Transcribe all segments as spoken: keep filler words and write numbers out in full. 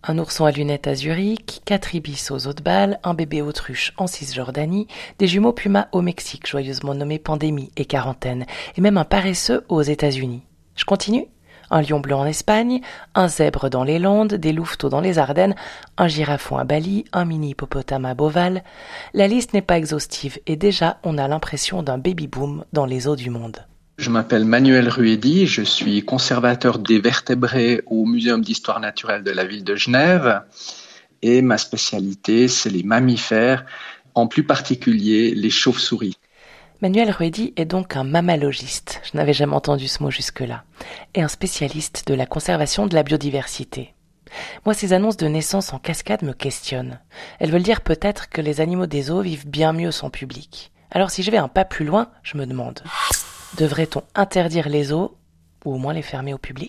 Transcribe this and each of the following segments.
Un ourson à lunettes à Zurich, quatre ibis aux eaux de Bâle, un bébé autruche en Cisjordanie, des jumeaux pumas au Mexique, joyeusement nommés Pandémie et Quarantaine, et même un paresseux aux États-Unis. Je continue ? Un lion bleu en Espagne, un zèbre dans les Landes, des louveteaux dans les Ardennes, un girafon à Bali, un mini-hippopotame à Beauval. La liste n'est pas exhaustive et déjà on a l'impression d'un baby-boom dans les eaux du monde. Je m'appelle Manuel Ruedi, je suis conservateur des vertébrés au Muséum d'histoire naturelle de la ville de Genève et ma spécialité, c'est les mammifères, en plus particulier les chauves-souris. Manuel Ruedi est donc un mammalogiste, je n'avais jamais entendu ce mot jusque-là, et un spécialiste de la conservation de la biodiversité. Moi, ces annonces de naissance en cascade me questionnent. Elles veulent dire peut-être que les animaux des eaux vivent bien mieux sans public. Alors si je vais un pas plus loin, je me demande... Devrait-on interdire les eaux, ou au moins les fermer au public ?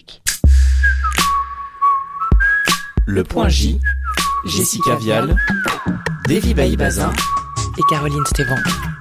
Le Point J, Jessica Vial, Davy Bailly-Bazin et Caroline Stévan.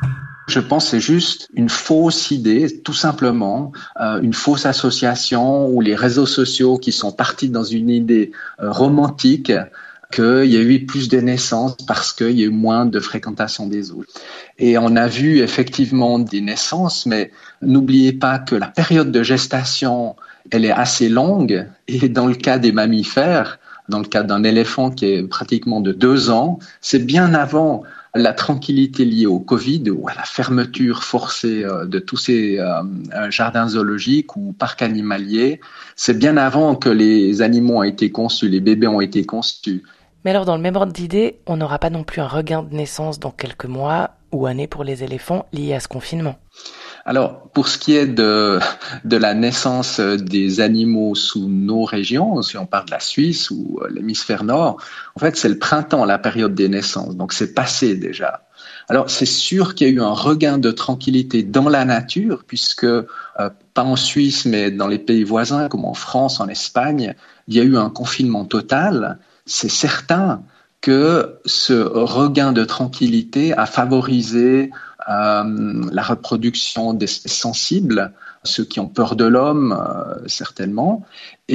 Je pense que c'est juste une fausse idée, tout simplement, euh, une fausse association où les réseaux sociaux qui sont partis dans une idée euh, romantique qu'il y a eu plus de naissances parce qu'il y a eu moins de fréquentation des eaux. Et on a vu effectivement des naissances, mais n'oubliez pas que la période de gestation, elle est assez longue. Et dans le cas des mammifères, dans le cas d'un éléphant qui est pratiquement de deux ans, c'est bien avant la tranquillité liée au Covid ou à la fermeture forcée de tous ces euh, jardins zoologiques ou parcs animaliers. C'est bien avant que les animaux ont été conçus, les bébés ont été conçus. Mais alors, dans le même ordre d'idée, on n'aura pas non plus un regain de naissance dans quelques mois ou années pour les éléphants liés à ce confinement. Alors, pour ce qui est de, de la naissance des animaux sous nos régions, si on parle de la Suisse ou l'hémisphère nord, en fait, c'est le printemps, la période des naissances. Donc, c'est passé déjà. Alors, c'est sûr qu'il y a eu un regain de tranquillité dans la nature, puisque, euh, pas en Suisse, mais dans les pays voisins, comme en France, en Espagne, il y a eu un confinement total. C'est certain que ce regain de tranquillité a favorisé euh, la reproduction d'espèces sensibles, ceux qui ont peur de l'homme, euh, certainement.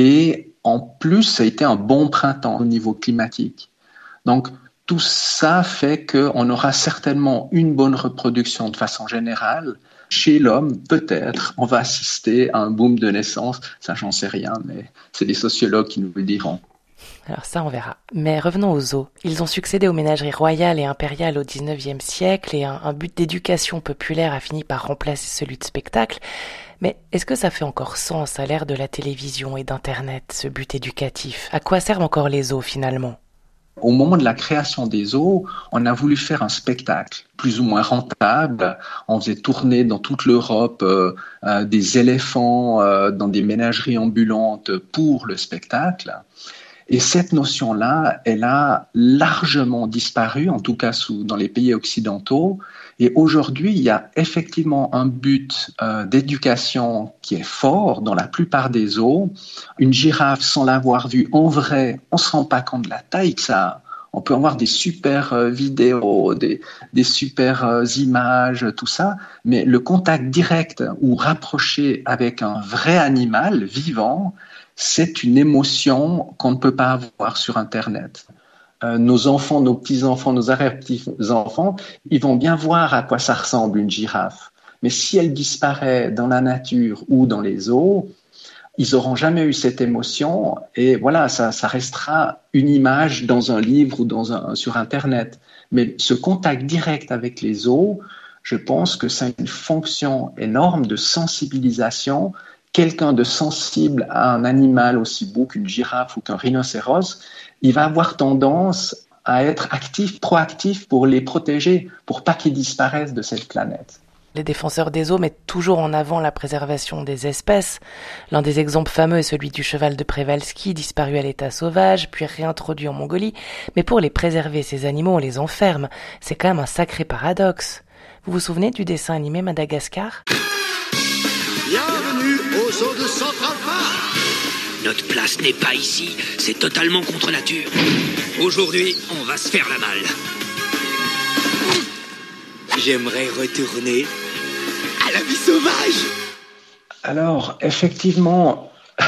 Et en plus, ça a été un bon printemps au niveau climatique. Donc, tout ça fait qu'on aura certainement une bonne reproduction de façon générale. Chez l'homme, peut-être, on va assister à un boom de naissance. Ça, j'en sais rien, mais c'est les sociologues qui nous le diront. Alors ça, on verra. Mais revenons aux zoos. Ils ont succédé aux ménageries royales et impériales au dix-neuvième siècle et un, un but d'éducation populaire a fini par remplacer celui de spectacle. Mais est-ce que ça fait encore sens à l'ère de la télévision et d'Internet, ce but éducatif ? À quoi servent encore les zoos finalement ? Au moment de la création des zoos, on a voulu faire un spectacle plus ou moins rentable. On faisait tourner dans toute l'Europe euh, euh, des éléphants euh, dans des ménageries ambulantes pour le spectacle. Et cette notion-là, elle a largement disparu, en tout cas sous, dans les pays occidentaux. Et aujourd'hui, il y a effectivement un but euh, d'éducation qui est fort dans la plupart des zoos. Une girafe, sans l'avoir vue en vrai, on ne se rend pas compte de la taille que ça a. On peut avoir des super euh, vidéos, des, des super euh, images, tout ça. Mais le contact direct ou rapproché avec un vrai animal vivant, c'est une émotion qu'on ne peut pas avoir sur Internet. Euh, nos enfants, nos petits-enfants, nos arrière-petits-enfants, ils vont bien voir à quoi ça ressemble une girafe. Mais si elle disparaît dans la nature ou dans les zoos, ils n'auront jamais eu cette émotion et voilà, ça, ça restera une image dans un livre ou dans un, sur Internet. Mais ce contact direct avec les zoos, je pense que c'est une fonction énorme de sensibilisation. Quelqu'un de sensible à un animal aussi beau qu'une girafe ou qu'un rhinocéros, il va avoir tendance à être actif, proactif pour les protéger, pour pas qu'ils disparaissent de cette planète. Les défenseurs des zoos mettent toujours en avant la préservation des espèces. L'un des exemples fameux est celui du cheval de Przewalski, disparu à l'état sauvage, puis réintroduit en Mongolie. Mais pour les préserver, ces animaux, on les enferme. C'est quand même un sacré paradoxe. Vous vous souvenez du dessin animé Madagascar ? Bienvenue aux zoos de Central Park. Notre place n'est pas ici, c'est totalement contre nature. Aujourd'hui, on va se faire la malle. J'aimerais retourner à la vie sauvage. Alors, effectivement,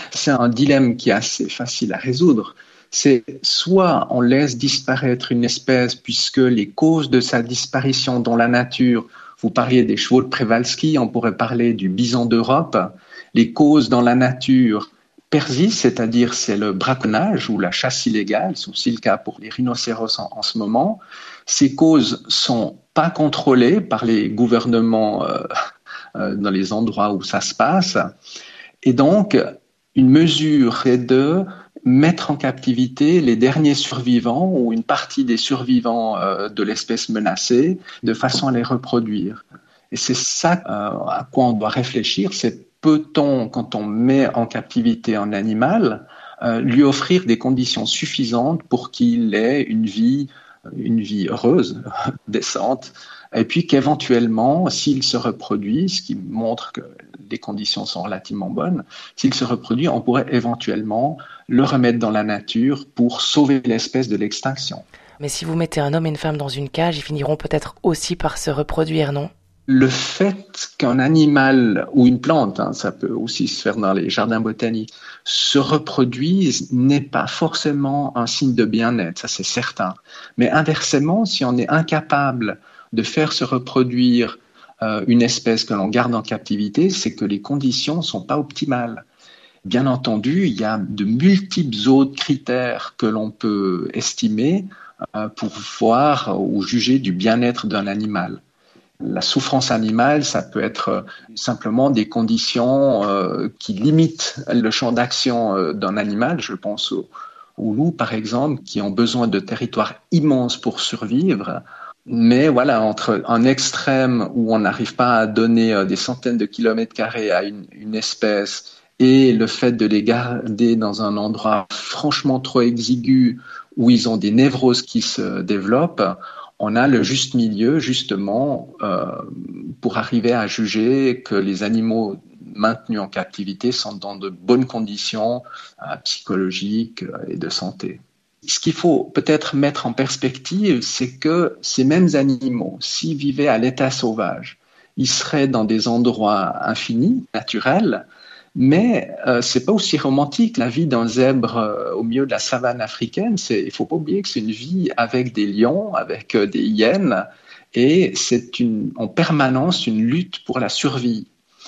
C'est un dilemme qui est assez facile à résoudre. C'est soit on laisse disparaître une espèce puisque les causes de sa disparition dans la nature, vous parliez des chevaux de Przewalski, on pourrait parler du bison d'Europe, les causes dans la nature persistent, c'est-à-dire c'est le braconnage ou la chasse illégale, c'est aussi le cas pour les rhinocéros en, en ce moment. Ces causes sont pas contrôlées par les gouvernements euh, euh, dans les endroits où ça se passe. Et donc, une mesure est de mettre en captivité les derniers survivants ou une partie des survivants euh, de l'espèce menacée de façon à les reproduire. Et c'est ça euh, à quoi on doit réfléchir, c'est peut-on, quand on met en captivité un animal, euh, lui offrir des conditions suffisantes pour qu'il ait une vie, une vie heureuse, décente, et puis qu'éventuellement, s'il se reproduit, ce qui montre que les conditions sont relativement bonnes, s'il se reproduit, on pourrait éventuellement le remettre dans la nature pour sauver l'espèce de l'extinction. Mais si vous mettez un homme et une femme dans une cage, ils finiront peut-être aussi par se reproduire, non ? Le fait qu'un animal ou une plante, hein, ça peut aussi se faire dans les jardins botaniques, se reproduise n'est pas forcément un signe de bien-être, ça c'est certain. Mais inversement, si on est incapable de faire se reproduire euh, une espèce que l'on garde en captivité, c'est que les conditions ne sont pas optimales. Bien entendu, il y a de multiples autres critères que l'on peut estimer euh, pour voir ou juger du bien-être d'un animal. La souffrance animale, ça peut être simplement des conditions euh, qui limitent le champ d'action euh, d'un animal. Je pense aux, aux loups, par exemple, qui ont besoin de territoires immenses pour survivre. Mais voilà, entre un extrême où on n'arrive pas à donner euh, des centaines de kilomètres carrés à une, une espèce et le fait de les garder dans un endroit franchement trop exigu où ils ont des névroses qui se développent, on a le juste milieu, justement, euh, pour arriver à juger que les animaux maintenus en captivité sont dans de bonnes conditions euh, psychologiques et de santé. Ce qu'il faut peut-être mettre en perspective, c'est que ces mêmes animaux, s'ils vivaient à l'état sauvage, ils seraient dans des endroits infinis, naturels, mais euh, c'est pas aussi romantique. La vie d'un zèbre euh, au milieu de la savane africaine, c'est, il faut pas oublier que c'est une vie avec des lions, avec euh, des hyènes, et c'est une, en permanence une lutte pour la survie.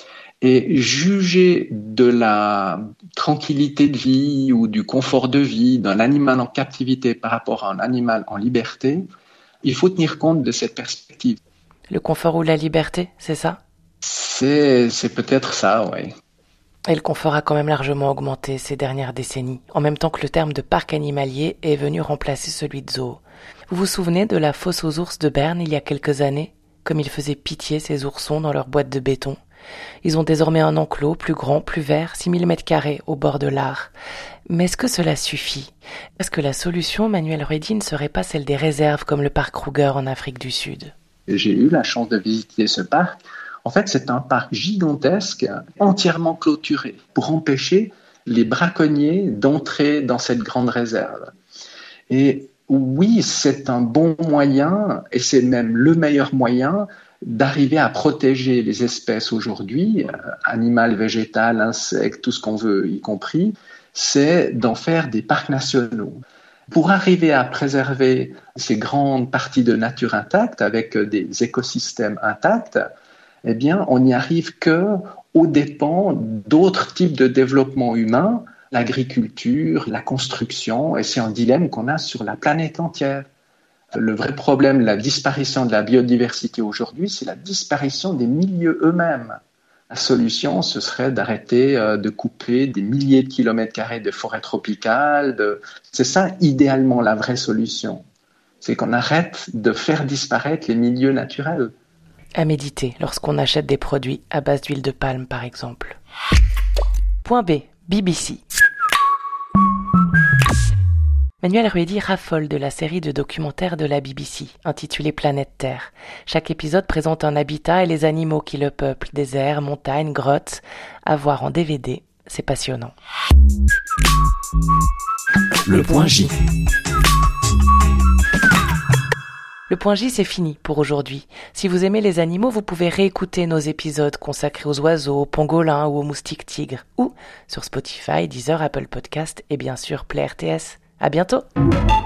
Et juger de la tranquillité de vie ou du confort de vie d'un animal en captivité par rapport à un animal en liberté, il faut tenir compte de cette perspective. Le confort ou la liberté, c'est ça ? C'est, c'est peut-être ça, oui. Et le confort a quand même largement augmenté ces dernières décennies, en même temps que le terme de parc animalier est venu remplacer celui de zoo. Vous vous souvenez de la fosse aux ours de Berne il y a quelques années ? Comme ils faisaient pitié ces oursons dans leur boîte de béton. Ils ont désormais un enclos plus grand, plus vert, six mille mètres carrés au bord de l'Ar. Mais est-ce que cela suffit ? Est-ce que la solution, Manuel Ruedi, ne serait pas celle des réserves comme le parc Kruger en Afrique du Sud ? J'ai eu la chance de visiter ce parc. En fait, c'est un parc gigantesque, entièrement clôturé, pour empêcher les braconniers d'entrer dans cette grande réserve. Et oui, c'est un bon moyen, et c'est même le meilleur moyen, d'arriver à protéger les espèces aujourd'hui, animales, végétales, insectes, tout ce qu'on veut, y compris, c'est d'en faire des parcs nationaux. Pour arriver à préserver ces grandes parties de nature intactes, avec des écosystèmes intacts, eh bien, on n'y arrive que aux dépens d'autres types de développement humain, l'agriculture, la construction, et c'est un dilemme qu'on a sur la planète entière. Le vrai problème, la disparition de la biodiversité aujourd'hui, c'est la disparition des milieux eux-mêmes. La solution, ce serait d'arrêter de couper des milliers de kilomètres carrés de forêts tropicales. De... C'est ça, idéalement, la vraie solution. C'est qu'on arrête de faire disparaître les milieux naturels. À méditer lorsqu'on achète des produits à base d'huile de palme, par exemple. Point B, B B C. Manuel Ruedi raffole de la série de documentaires de la B B C, intitulée Planète Terre. Chaque épisode présente un habitat et les animaux qui le peuplent, déserts, montagnes, grottes. À voir en D V D, c'est passionnant. Le point J. Le point J, c'est fini pour aujourd'hui. Si vous aimez les animaux, vous pouvez réécouter nos épisodes consacrés aux oiseaux, aux pangolins ou aux moustiques tigres, ou sur Spotify, Deezer, Apple Podcast et bien sûr Play R T S. À bientôt!